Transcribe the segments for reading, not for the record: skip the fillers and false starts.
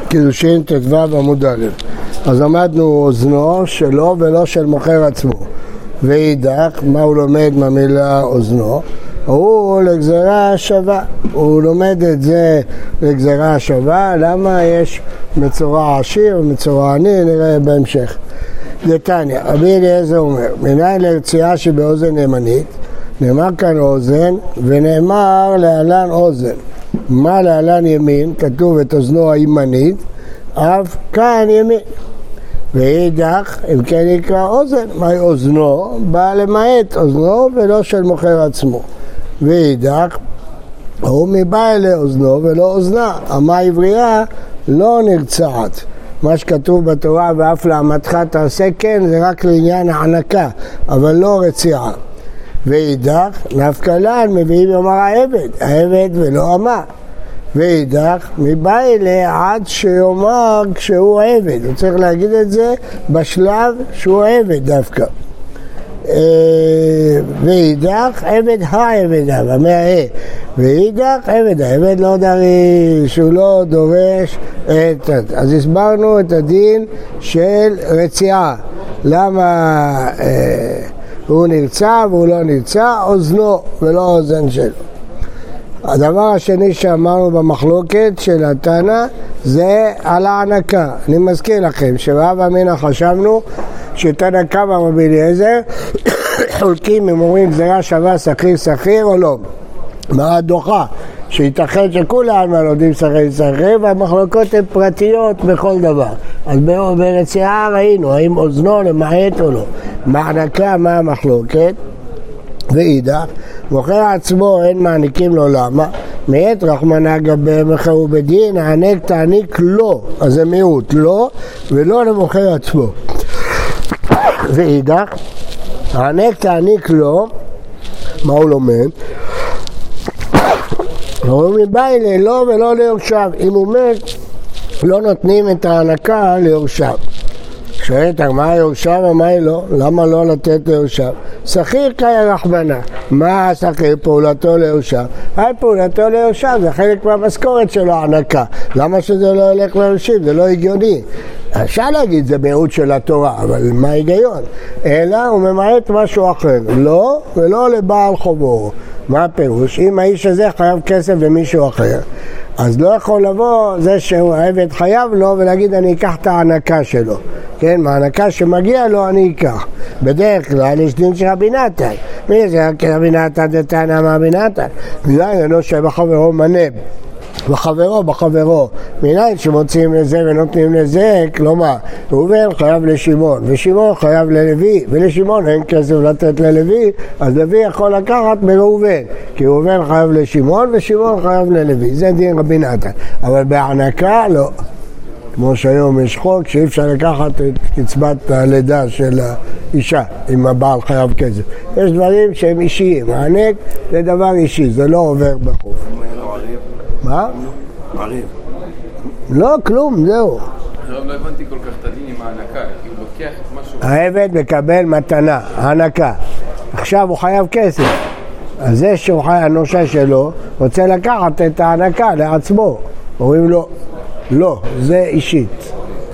קידושין ט"ו עמוד א'. אז למדנו אוזנו שלו ולא של מוכר עצמו. ואידך, מה הוא לומד מהמילה אוזנו? הוא לגזרה שווה. הוא לומד את זה לגזרה שווה. למה יש מצורע עשיר ומצורע עני? נראה בהמשך. דתניא, רבי אליעזר אומר, מניין לרציעה שבאוזן ימנית, נאמר כאן אוזן ונאמר להלן אוזן. מה להלן ימין? כתוב את אוזנו הימנית, אף כאן ימין. ואידך, אם כן יקרא אוזן, מהי אוזנו? בא למעט אוזנו ולא של מוכר עצמו. ואידך, הוא מבא אלי אוזנו ולא אוזנה. אמה עברייה לא נרצעת. מה שכתוב בתורה ואף לעמתך תעשה כן, זה רק לעניין הענקה, אבל לא רציעה. ואידך, נפקא לן מביאים יאמר העבד ולא אמה. ואידך, מבא אלי עד שיאמר כשהוא עבד. הוא צריך להגיד את זה בשלב שהוא עבד דווקא. ואידך, עבד העבד, המאה. ואידך, העבד לא דריש, הוא לא דורש את... אז הסברנו את הדין של רציעה. למה הוא נרצע והוא לא נרצע? אוזנו ולא אוזן שלו. הדבר השני שאמרנו במחלוקת של התנא זה על הענקה. אני מזכיר לכם שרב אמינא חשבנו שתנא קמא רבי אליעזר חולקים אם אומרים גזירה שווה שכיר או לא. מה הדוחה? שייתכן שכולם לומדים שכיר והמחלוקות הן פרטיות בכל דבר. אז ברציעה ראינו האם אוזנו למעט או לא. מענקה מה המחלוקת? ואידך, מוכר עצמו אין מעניקים לו. למה? מעת רחמנא גבי מכר ובדין, הענק תעניק לו, אז זה מיעוט, לא ולא למוכר עצמו. ואידך, הענק תעניק לו, מה הוא לומד? הוא מבא אלי לו ולא ליורשיו. אם הוא מת, לא נותנים את הענקה ליורשיו. שואלת, מה יורשיו ומה לא? למה לא לתת ליורשיו? שכיר קאי רחמנא. מה השכיר? פעולתו ליורשיו. פעולתו ליורשיו זה חלק מהמשכורת שלו, הענקה. למה שזה לא ילך ליורשים? זה לא הגיוני. אפשר להגיד זה מיעוט של התורה, אבל מה ההיגיון? אלא הוא ממעט משהו אחר. לא ולא לבעל חובו. מה הפירוש? אם האיש הזה חייב כסף למישהו אחר, אז לא יכול לבוא זה שהוא העבד חייב לו ולהגיד אני אקח את הענקה שלו. כן, מהענקה שמגיע לו אני אקח. בדרך כלל יש דין של רבי נתן. מי זה רבי נתן דתנא מה רבי נתן? מניין אינו שבחברו מנב. בחברו. מניין שמוצאים לזה ונותנים לזה, כלומר, ראובן חייב לשמעון, ושמעון חייב ללוי, ולשמעון אין כסף לתת ללוי, אז לוי יכול לקחת מראובן, כי ראובן חייב לשמעון, ושמעון חייב ללוי. זה דין רבי נתן. אבל בהענקה לא. כמו שהיום יש חוק שאי אפשר לקחת את קצבת הלידה של האישה, אם הבעל חייב כסף. יש דברים שהם אישיים. הענק זה דבר אישי, זה לא עובר בחוף. מה? עריב. לא, כלום, זהו. לא הבנתי כל כך את הדין עם הענקה, כי הוא לוקח את משהו... העבד מקבל מתנה, הענקה. עכשיו הוא חייב כסף. אז זה שהוא חייב, הנושה שלו, רוצה לקחת את הענקה לעצמו. אומרים לו, לא, זה אישית.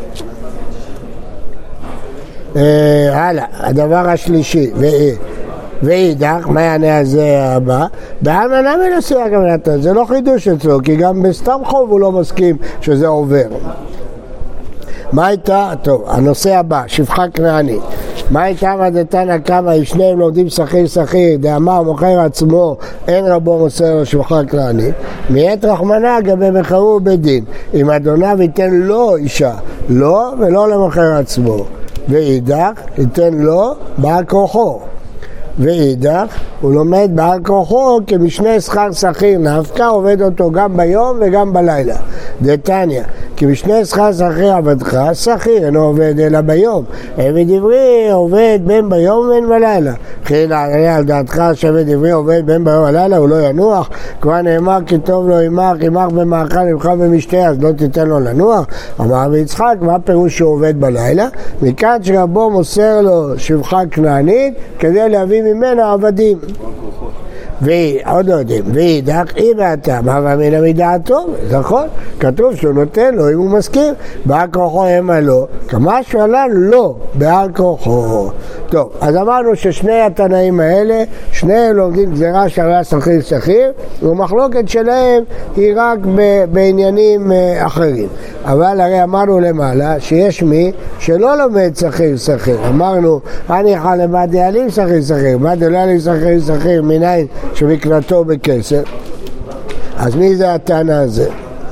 הלאה, הדבר השלישי, ואידך, מה יענה הזה הבא? בעלמא נמי נשיא הכוונתן, זה לא חידוש אצלו, כי גם בסתם חוב הוא לא מסכים שזה עובר. מה הייתה? טוב, הנושא הבא, שפחה כנענית. מה הייתה ודתנא קמא, שניהם לומדים שכיר, דאמר מוכר עצמו, אין רבו מוסר לו שפחה כנענית. מעת רחמנא גבי מכרו בדין, אם אדוניו ייתן לו אישה, לא ולא למוכר עצמו. ואידך, ייתן לו בעל כוחו. ואידך, הוא לומד בעל כוחו כמשנה שכר שכיר, נפקא עובד אותו גם ביום וגם בלילה. דתניא, כמשנה שכר שכיר עבדך, שכיר אינו עובד אלא ביום. עבד עברי עובד בין ביום ובין בלילה. וכן על דעתך שעבד עברי עובד בין ביום ובלילה, הוא לא ינוח. כבר נאמר כי טוב לו עמך במאכל עמך במשתה, אז לא תיתן לו לנוח. אמר רבי יצחק, מה פירוש שהוא עובד בלילה? מכאן שרבו מוסר לו שפחה כנענית כדי להביא ממנה עבדים. עוד לא יודעים, ואידך, אם והטעם, הווה מן מדעתו, נכון? כתוב שהוא נותן לו אם הוא מסכים, בעל כוחו המה לא, כמשהו עליו לא, בעל כוחו. טוב, אז אמרנו ששני התנאים האלה, שניהם לומדים גזירה שווה שכיר שכיר, ומחלוקת שלהם היא רק בעניינים אחרים. אבל הרי אמרנו למעלה שיש מי שלא לומד שכיר שכיר. אמרנו, אני יכול למד דאלים שכיר שכיר, מה דאלים שכיר שכיר מניין שמקנתו בכסף? אז מי זה התנא הזה?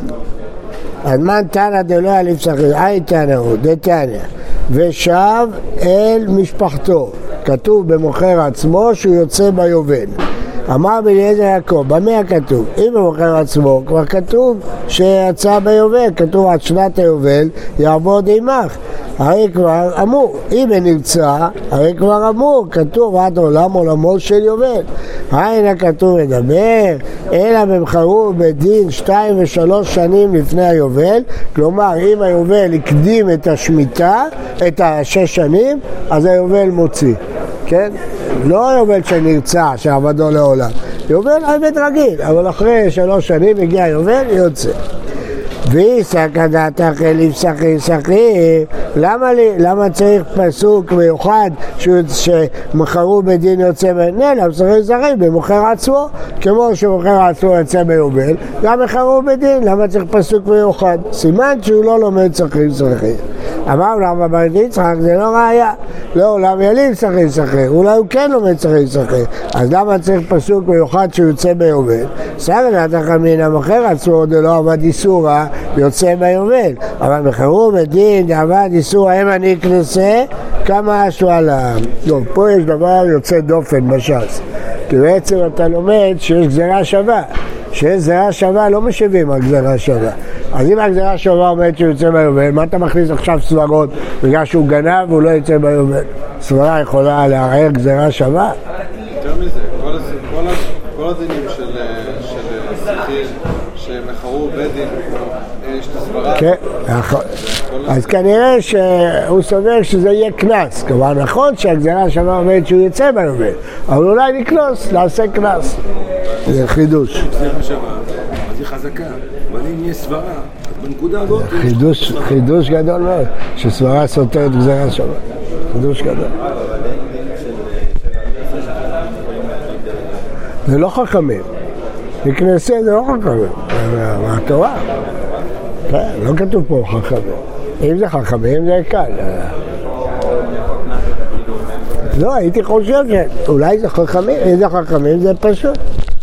אז מה תנא דלא אליף שכיר? אי תנא הוא, דתניא. ושב אל משפחתו. כתוב במוכר עצמו שהוא יוצא ביובל. אמר בליעזר יעקב, במה כתוב? אם במוכר עצמו, כבר כתוב שיצא ביובל, כתוב עד שנת היובל יעבוד עמך. הרי כבר אמור, אם נרצה, הרי כבר אמור, כתוב עד עולם עולמו של יובל. אין הכתוב מדבר, אלא במחרו בדין 2 ו3 שנים לפני היובל, כלומר אם היובל הקדים את השמיטה, את 6 שנים, אז היובל מוציא, כן? לא היובל שנרצה, שעבדו לעולם, יובל עבד רגיל, אבל אחרי 3 שנים הגיע היובל, יוצא. ואיסא כדעתך אליף שכיר שכיר, למה צריך פסוק מיוחד שמכרו בדין יוצא בנלם שכיר שכיר במוכר עצמו, כמו שמוכר עצמו יוצא ביובל, גם מכרו בדין, למה צריך פסוק מיוחד? סימן שהוא לא לומד שכיר שכיר. אמר למה בית יצחק זה לא ראיה, לא, למה יליף שכיר שכיר, אולי הוא כן לומד שכיר שכיר, אז למה צריך פסוק מיוחד שהוא יוצא ביובל? סגן התחמין המוכר עצמו דלא עבד איסורה יוצא ביובל, אבל מכרו בדין דעבד איסורה הם אני כנסה כמה אשו עליו. לא, פה יש דבר יוצא דופן בש"ס, כי בעצם אתה לומד שיש גזירה שווה, שיש גזירה שווה לא משיבים על גזירה שווה. אז אם הגזירה שווה אומרת שהוא יוצא ביובל, מה אתה מכניס עכשיו סברות בגלל שהוא גנב והוא לא יוצא ביובל? סברה יכולה לערער גזירה שווה? יותר מזה, כל הדינים של שכיר שמכרו בדין, יש את הסברה. כן, נכון. אז כנראה שהוא סובר שזה יהיה קנס. כלומר, נכון שהגזירה שווה אומרת שהוא יוצא ביובל, אבל אולי נקנוס, נעשה קנס. זה חידוש. גזירה שווה, אז היא חזקה. אבל אם יש סברה, בנקודה הזאת... חידוש גדול מאוד, שסברה סותרת גזירה שווה. חידוש גדול. זה לא חכמים. בכנסת זה לא חכמים. מהתורה. כן, לא כתוב פה חכמים. אם זה חכמים זה קל. לא, הייתי חושב שאולי זה חכמים, אם זה חכמים זה פשוט.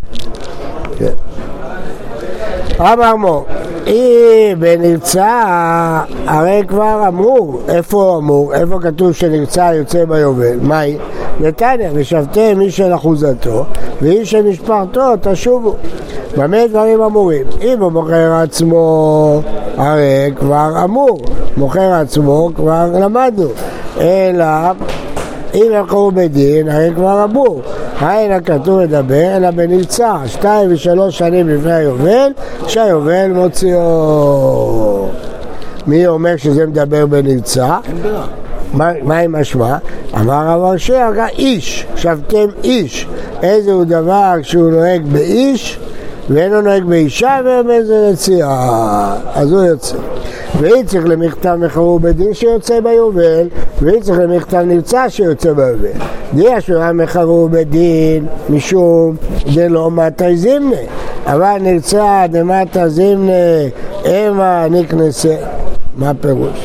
אמר מו, אם בנרצה, הרי כבר אמור, איפה אמור? איפה כתוב שנרצה יוצא ביובל? מהי? נתניה, ושבתם מי של אחוזתו, ואם של משפחתו תשובו. במה דברים אמורים? אם הוא מוכר עצמו, הרי כבר אמור. מוכר עצמו כבר למדנו. אלא, אם יקרו בדין, הרי כבר אמור. אין הכתוב מדבר, אלא בנרצה 2 ו3 שנים לפני היובל, שהיובל מוציאו. מי אומר שזה מדבר בנרצה? מה עם משמע? אמר רב אשר, איש, שבתם איש. איזה הוא דבר שהוא נוהג באיש, ואינו נוהג באישה, ובאיזה נציאה. אז הוא יוצא. ואם צריך למכתב מכרו בדין שיוצא ביובל, ואם צריך למכתב נרצה שיוצא ביובל. דיה שורה מכרו בדין משום דלא מטה זימנה, אבל נרצה דמטה זימנה אמה נקנסה. מה הפירוש?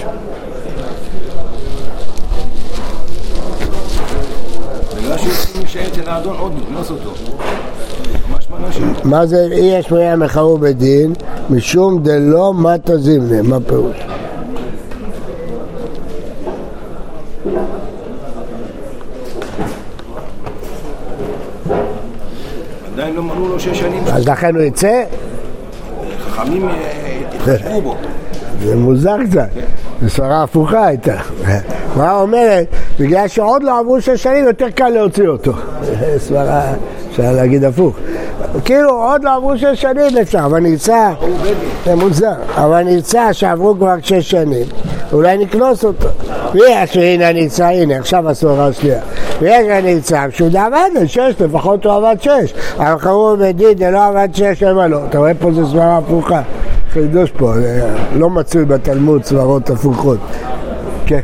בגלל שהוא שאצל האדון עוד נקנוס אותו. מה זה יש מראה מכרו בדין משום דלא מטה זימנה? מה פירוש? עדיין לא מנעו לו 6 שנים. אז לכן הוא יצא? חכמים התחשבו בו. זה מוזר קצת, זו סברה הפוכה הייתה. מה אומרת? בגלל שעוד לא עברו 6 שנים יותר קל להוציא אותו. סברה, אפשר להגיד הפוך. כאילו עוד לא עברו 6 שנים אפשר, אבל נרצה, זה מוזר, אבל נרצה שעברו כבר 6 שנים, אולי נקנוס אותו. ויש, הנה נרצה, הנה, עכשיו הסברה השנייה. ויש הנרצב שהוא עבד על 6, לפחות הוא עבד 6. אבל חרור בדין זה לא עבד 6, למה לא? אתה רואה פה זה סברה הפוכה. חידוש פה, לא מצוי בתלמוד סברות הפוכות. כן.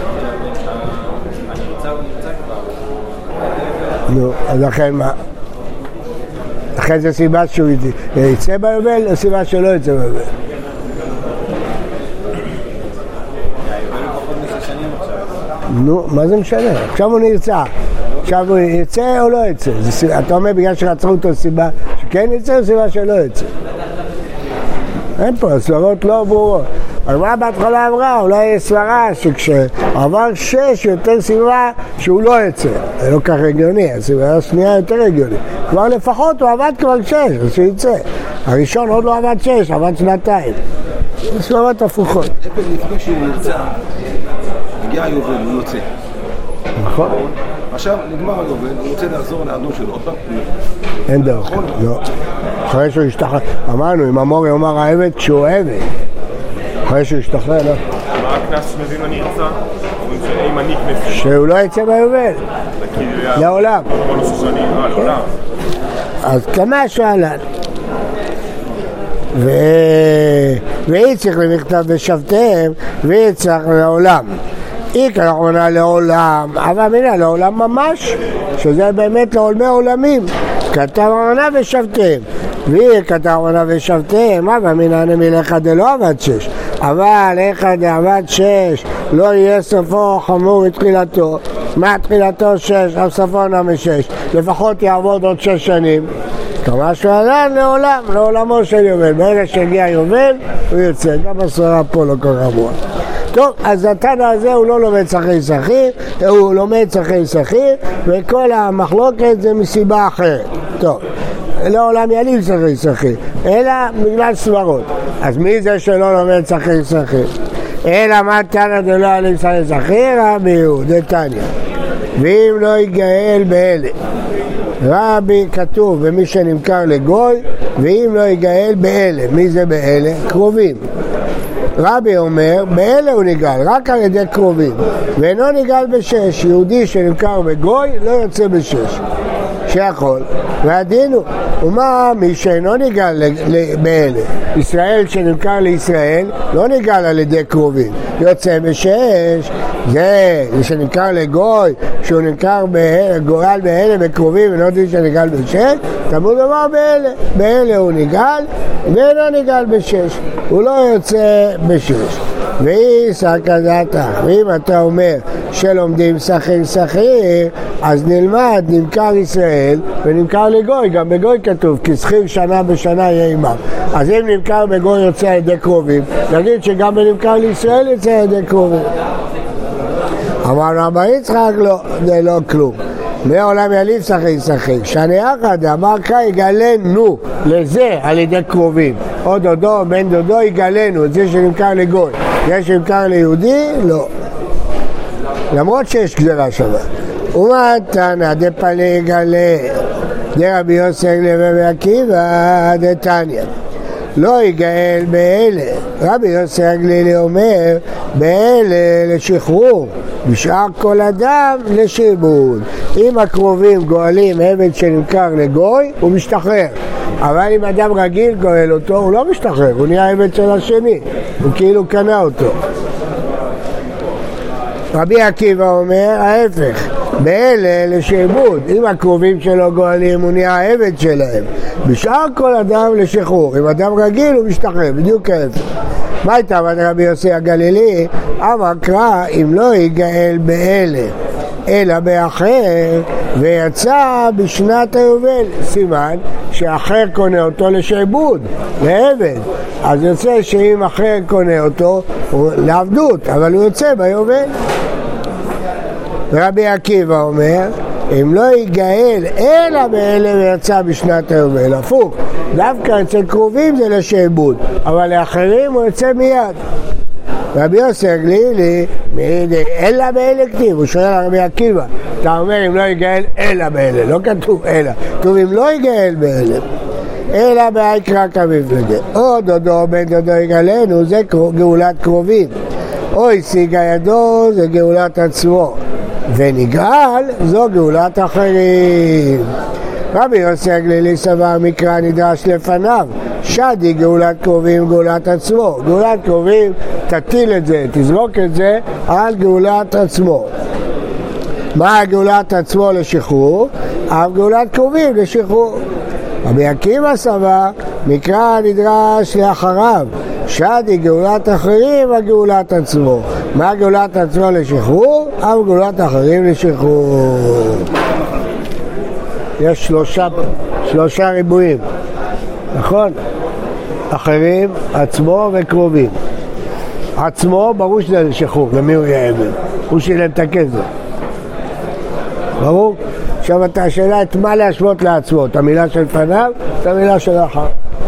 נו, אז לכן מה? לכן זה סיבה שהוא יצא ביובל, או סיבה שלא יצא ביובל? נו, מה זה משנה? עכשיו הוא נרצה. עכשיו הוא יצא או לא יצא? אתה אומר בגלל שרצו אותו סיבה שכן יצא או סיבה שלא יצא? אין פה, הסברות לא ברורות. אבל מה בהתחלה אמרה? אולי יש סברה שכשעבר 6 יותר סיבה שהוא לא יצא. זה לא כך הגיוני, הסברה השנייה יותר הגיוני. כבר לפחות הוא עבד כבר 6, אז שיצא. הראשון עוד לא עבד 6, עבד 2. זה סברות הפוכות. אפל לפני שהוא נרצה, הגיע היובל, הוא יוצא. נכון. עכשיו נגמר היובל, הוא רוצה לחזור לאדון שלו עוד פעם. אין דרך, לא. אחרי שהוא ישתחרר, אמרנו, אם המור יאמר העבד כשהוא עבד. אחרי שהוא ישתחרר, לא? מה הכנס שמבין אני יצא? אומרים שאם אני כנס... שהוא לא יצא ביובל. לעולם. לעולם. אז כמה שואלת. ויצריך למכתב בשבתיהם, ויצריך לעולם. איקרא אחרונה לעולם, אבל מינה לעולם ממש, שזה באמת לעולמי עולמים. כתב אחרונה ושבתיהם. והיא כתב אחרונה ושבתיהם, אבל מינה נמילך דלא עבד 6. אבל אחד עבד 6, לא יהיה סופו חמור מתחילתו. מה תחילתו 6, אף סופו נמי 6. לפחות יעבוד עוד 6 שנים. כמה שואלן לעולם, לעולמו של יובל. ברגע שהגיע יובל, הוא יוצא. גם הסברה פה לא כל רבוע. טוב, אז התנא הזה הוא לא לומד שכיר שכיר, הוא לומד שכיר שכיר, וכל המחלוקת זה מסיבה אחרת. טוב, לעולם יליל שכיר שכיר, אלא בגלל סברות. אז מי זה שלא לומד שכיר שכיר? אלא מה תנא דלא יליל שכיר שכיר? רבי הוא, דתניא. ואם לא יגאל באלה. רבי כתוב במי שנמכר לגוי, ואם לא יגאל באלה. מי זה באלה? קרובים. רבי אומר, באלה הוא ניגל, רק על ידי קרובים, ואינו ניגל ב6. יהודי שנמכר בגוי לא יוצא ב6, שיכול. והדין הוא, ומה מי שאינו ניגל באלה? ישראל שנמכר לישראל לא ניגל על ידי קרובים, יוצא ב6. זה שנמכר לגוי, שהוא נמכר גורל באלה בקרובים, ולא יודעים שניגל ב6, תמוד אמר באלה. באלה הוא ניגל, ואינו ניגל ב6, הוא לא יוצא ב6. והיא סקא דעתך, ואם אתה אומר שלומדים שכיר שכיר, אז נלמד נמכר ישראל ונמכר לגוי. גם בגוי כתוב כי שכיר שנה בשנה יהיה עמם. אז אם נמכר בגוי יוצא על ידי קרובים, נגיד שגם בנמכר לישראל יוצא על ידי קרובים. אמרנו רבי יצחק לא, זה לא כלום. מעולם יליל שכיר שכיר, שאני אחד אמר כאן יגלנו לזה על ידי קרובים, או דודו בן דודו יגלנו, את זה שנמכר לגוי. יש שנמכר ליהודי? לא, למרות שיש גזרה שווה. ומה תנא דפלא יגלה דרבי יוסי רבי עקיבא דתניא לא יגאל באלה. רבי יוסי הגלילי אומר באלה לשחרור, בשאר כל אדם לשעבוד. אם הקרובים גואלים עבד שנמכר לגוי, הוא משתחרר. אבל אם אדם רגיל גואל אותו, הוא לא משתחרר, הוא נהיה עבד של השני, הוא כאילו קנה אותו. רבי עקיבא אומר ההפך, באלה לשעבוד. אם הקרובים שלו גואלים, הוא נהיה העבד שלהם. בשאר כל אדם לשחרור. אם אדם רגיל הוא משתחרר, בדיוק ההפך. מה הייתה רבי יוסי הגלילי? אמר קרא אם לא יגאל באלה אלא באחר, ויצא בשנת היובל, סימן שאחר קונה אותו לשעבוד, לעבד. אז יוצא שאם אחר קונה אותו הוא לעבדות, אבל הוא יוצא ביובל. רבי עקיבא אומר אם לא יגאל אלא באלה ויצא בשנת היובל, הפוך, דווקא אצל קרובים זה לשעבוד, אבל לאחרים הוא יוצא מיד. רבי יוסי הגלילי אלא באלה כתיב, הוא שואל על רבי עקיבא, אתה אומר אם לא יגאל אלא באלה, לא כתוב אלא, כתוב אם לא יגאל באלה אלא בהיקרא כמפלגה, או דודו בן דודו יגאלנו, זה גאולת קרובים, או השיגה ידו, זה גאולת עצמו. ונגאל, זו גאולת אחרים. רבי יוסי הגלילי סבר מקרא נדרש לפניו, שדי גאולת קרובים גאולת עצמו. גאולת קרובים תטיל את זה, תזרוק את זה על גאולת עצמו. מה גאולת עצמו לשחרור? אף גאולת קרובים לשחרור. רבי עקיבא סבר מקרא נדרש לאחריו, שדי גאולת אחרים וגאולת עצמו. מה גאולת עצמו לשחרור? אף גאולת אחרים לשחרור. יש שלושה ריבועים, נכון? אחרים, עצמו וקרובים. עצמו ברור שזה לשחרור, למי הוא יהיה עבד? הוא שילם את הכסף. ברור? עכשיו אתה השאלה את מה להשוות לעצמו, את המילה של פניו, את המילה של אחר.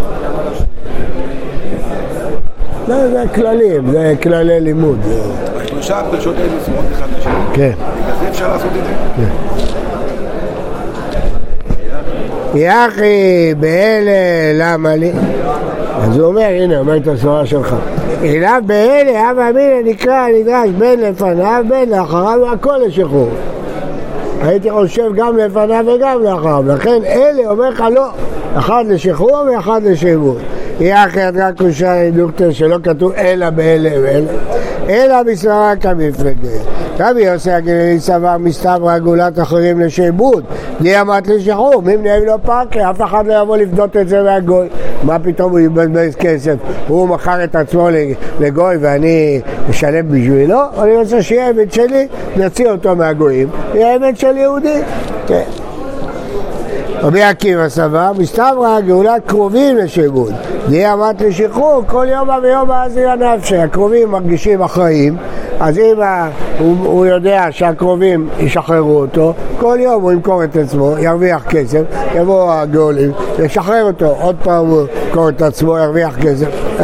לא, זה כללים, זה כללי לימוד. שלושה פרשות האלה סמרות אחד לשני. כן. בגלל זה אפשר לעשות את זה? כן. יחי באלה למה לי? אז הוא אומר, הנה, אומר את הסברה שלך. אליו באלה, אבא אמינא נקרא נדרש בין לפניו, בין לאחריו, והכל לשחרור. הייתי חושב גם לפניו וגם לאחריו. לכן אלה אומר לך לא, אחד לשחרור ואחד לשעבוד. יחי רק קושה דוקטור שלא כתוב אלא באלה ואלה. אלא בסברה כמפלגה. רבי יוסי הגלילי סבר מסתברא גאולת אחרים לשעבוד, די אמת לשחרור, מי מנהל לו פרקה, אף אחד לא יבוא לפדות את זה מהגוי. מה פתאום הוא יבזבז כסף? הוא מכר את עצמו לגוי ואני אשלם בשבילו? אני רוצה שיהיה עבד שלי, נוציא אותו מהגויים, יהיה עבד של יהודי. כן. רבי עקיבא סבר מסתברא גאולת קרובים לשעבוד, די אמת לשחרור, כל יום ויום אזילה נפשי. הקרובים מרגישים אחראים, אז אם הוא יודע שהקרובים ישחררו אותו, כל יום הוא ימכור את עצמו, ירוויח כסף, יבוא הגאולים, ישחרר אותו, עוד פעם הוא ימכור את עצמו, ירוויח כסף.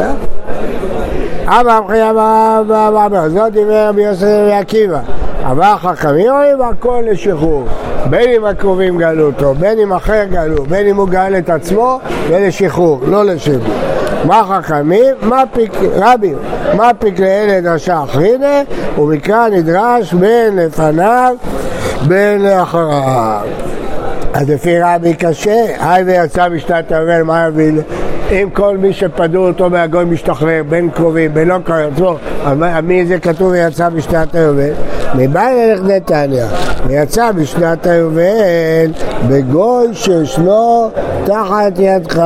אבא אמר, זאת דיבר רבי יוסי ועקיבא. אבל חכמים רואים הכל לשחרור, בין אם הקרובים גאלו אותו, בין אם אחר גאלו, בין אם הוא גאל את עצמו, ולשחרור, לא לשחרור. מה חכמים? רבים, מה פיק לאלה דרשה אחרינה, ומקרא נדרש בין לפניו, בין לאחריו. אז לפי רבי קשה, היי ויצא משנת היובל, מה יביא? אם כל מי שפדו אותו מהגוי משתחרר, בין קרובים, בין לא קרוב עצמו, מי זה כתוב ויצא בשנת היובל? מבית הלך נתניה, ויצא בשנת היובל בגוי שישנו תחת ידך.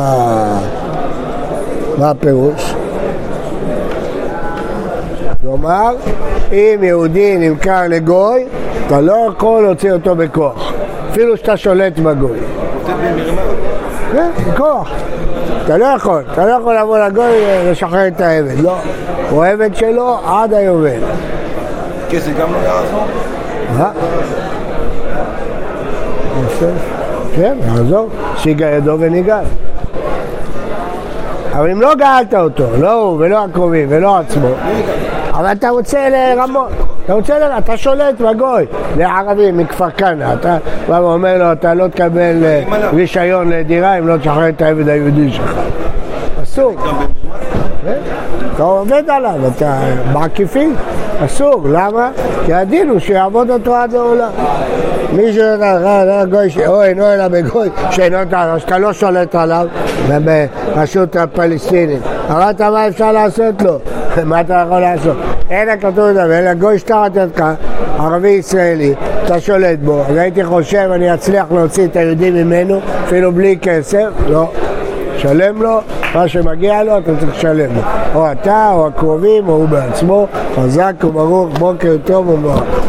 מה הפירוש? כלומר, אם יהודי נמכר לגוי, אתה לא יכול להוציא אותו בכוח, אפילו שאתה שולט בגוי. כן, בכוח. אתה לא יכול לבוא לגוי ולשחרר את העבד, לא. הוא עבד שלו עד היובל. כסף גם לא יעזור? כן, יעזור, שיגע ידו וניגל. אבל אם לא גאלת אותו, לא הוא ולא הקרובים ולא עצמו, אבל אתה רוצה לרמות, אתה שולט בגוי, לערבים מכפר כנא, אתה אומר לו, אתה לא תקבל רישיון לדירה אם לא תשחרר את העבד היהודי שלך. אסור. אתה עובד עליו, אתה בעקיפין, אסור. למה? כי הדין הוא שיעבוד אותו עד לעולם. מי שאומר, גוי, אינו אלא בגוי, שאתה לא שולט עליו, וברשות הפלסטינית. אמרת מה אפשר לעשות לו? מה אתה יכול לעשות? אין הכתוב את זה, אלא גוי שתחת ידך, ערבי ישראלי, אתה שולט בו. אז הייתי חושב, אני אצליח להוציא את היהודים ממנו, אפילו בלי כסף, לא. שלם לו, מה שמגיע לו אתה צריך לשלם לו, או אתה או הקרובים או הוא בעצמו. חזק וברוך, בוקר טוב ומבורך.